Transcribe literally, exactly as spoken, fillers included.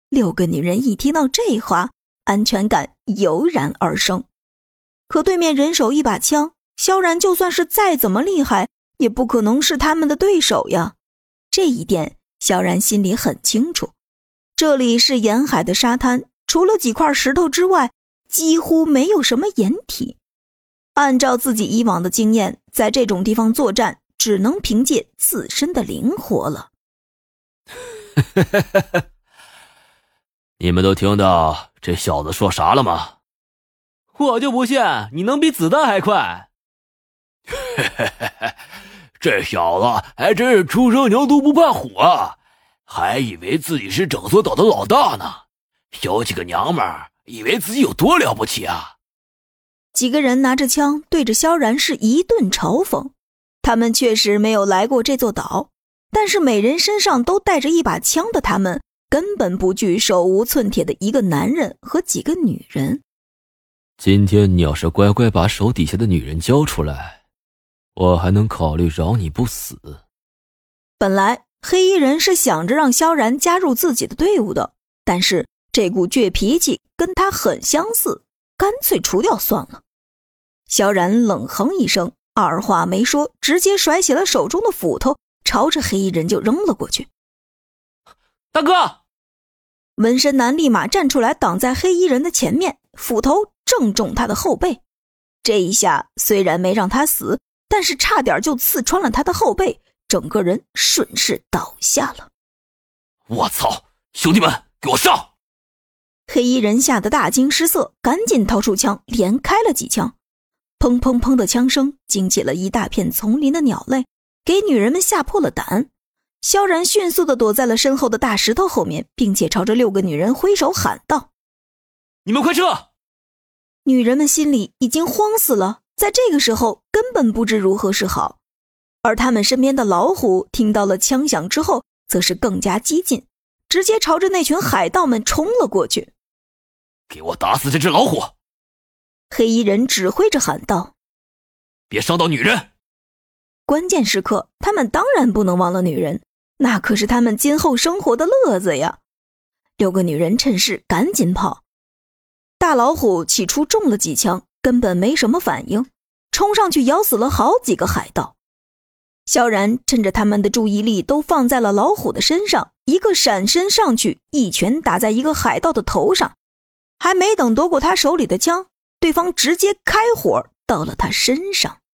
六个女人一听到这话，安全感油然而生。可对面人手一把枪，萧然就算是再怎么厉害，也不可能是他们的对手呀。这一点萧然心里很清楚。这里是沿海的沙滩，除了几块石头之外，几乎没有什么掩体。按照自己以往的经验，在这种地方作战，只能凭借自身的灵活了。 你们都听到这小子说啥了吗？ 我就不信你能比子弹还快。 这小子还真是初生牛犊不怕虎啊，还以为自己是整座岛的老大呢，有几个娘们儿以为自己有多了不起啊。 几个人拿着枪对着萧然是一顿嘲讽。他们确实没有来过这座岛，但是每人身上都带着一把枪的他们，根本不惧手无寸铁的一个男人和几个女人。 今天你要是乖乖把手底下的女人交出来，我还能考虑饶你不死。 本来黑衣人是想着让萧然加入自己的队伍的，但是这股倔脾气跟他很相似，干脆除掉算了。萧然冷哼一声，二话没说，直接甩起了手中的斧头，朝着黑衣人就扔了过去。 大哥！ 纹身男立马站出来挡在黑衣人的前面，斧头正中他的后背。这一下虽然没让他死，但是差点就刺穿了他的后背，整个人顺势倒下了。 我操，兄弟们给我上！ 黑衣人吓得大惊失色，赶紧掏出枪连开了几枪。砰砰砰的枪声惊起了一大片丛林的鸟类，给女人们吓破了胆。萧然迅速地躲在了身后的大石头后面，并且朝着六个女人挥手喊道： 你们快撤！ 女人们心里已经慌死了，在这个时候根本不知如何是好。而他们身边的老虎听到了枪响之后，则是更加激进，直接朝着那群海盗们冲了过去。 给我打死这只老虎！ 黑衣人指挥着喊道： 别伤到女人！ 关键时刻他们当然不能忘了女人，那可是他们今后生活的乐子呀。六个女人趁势赶紧跑。大老虎起初中了几枪，根本没什么反应，冲上去咬死了好几个海盗。萧然趁着他们的注意力都放在了老虎的身上，一个闪身上去，一拳打在一个海盗的头上，还没等夺过他手里的枪，对方直接开火到了他身上。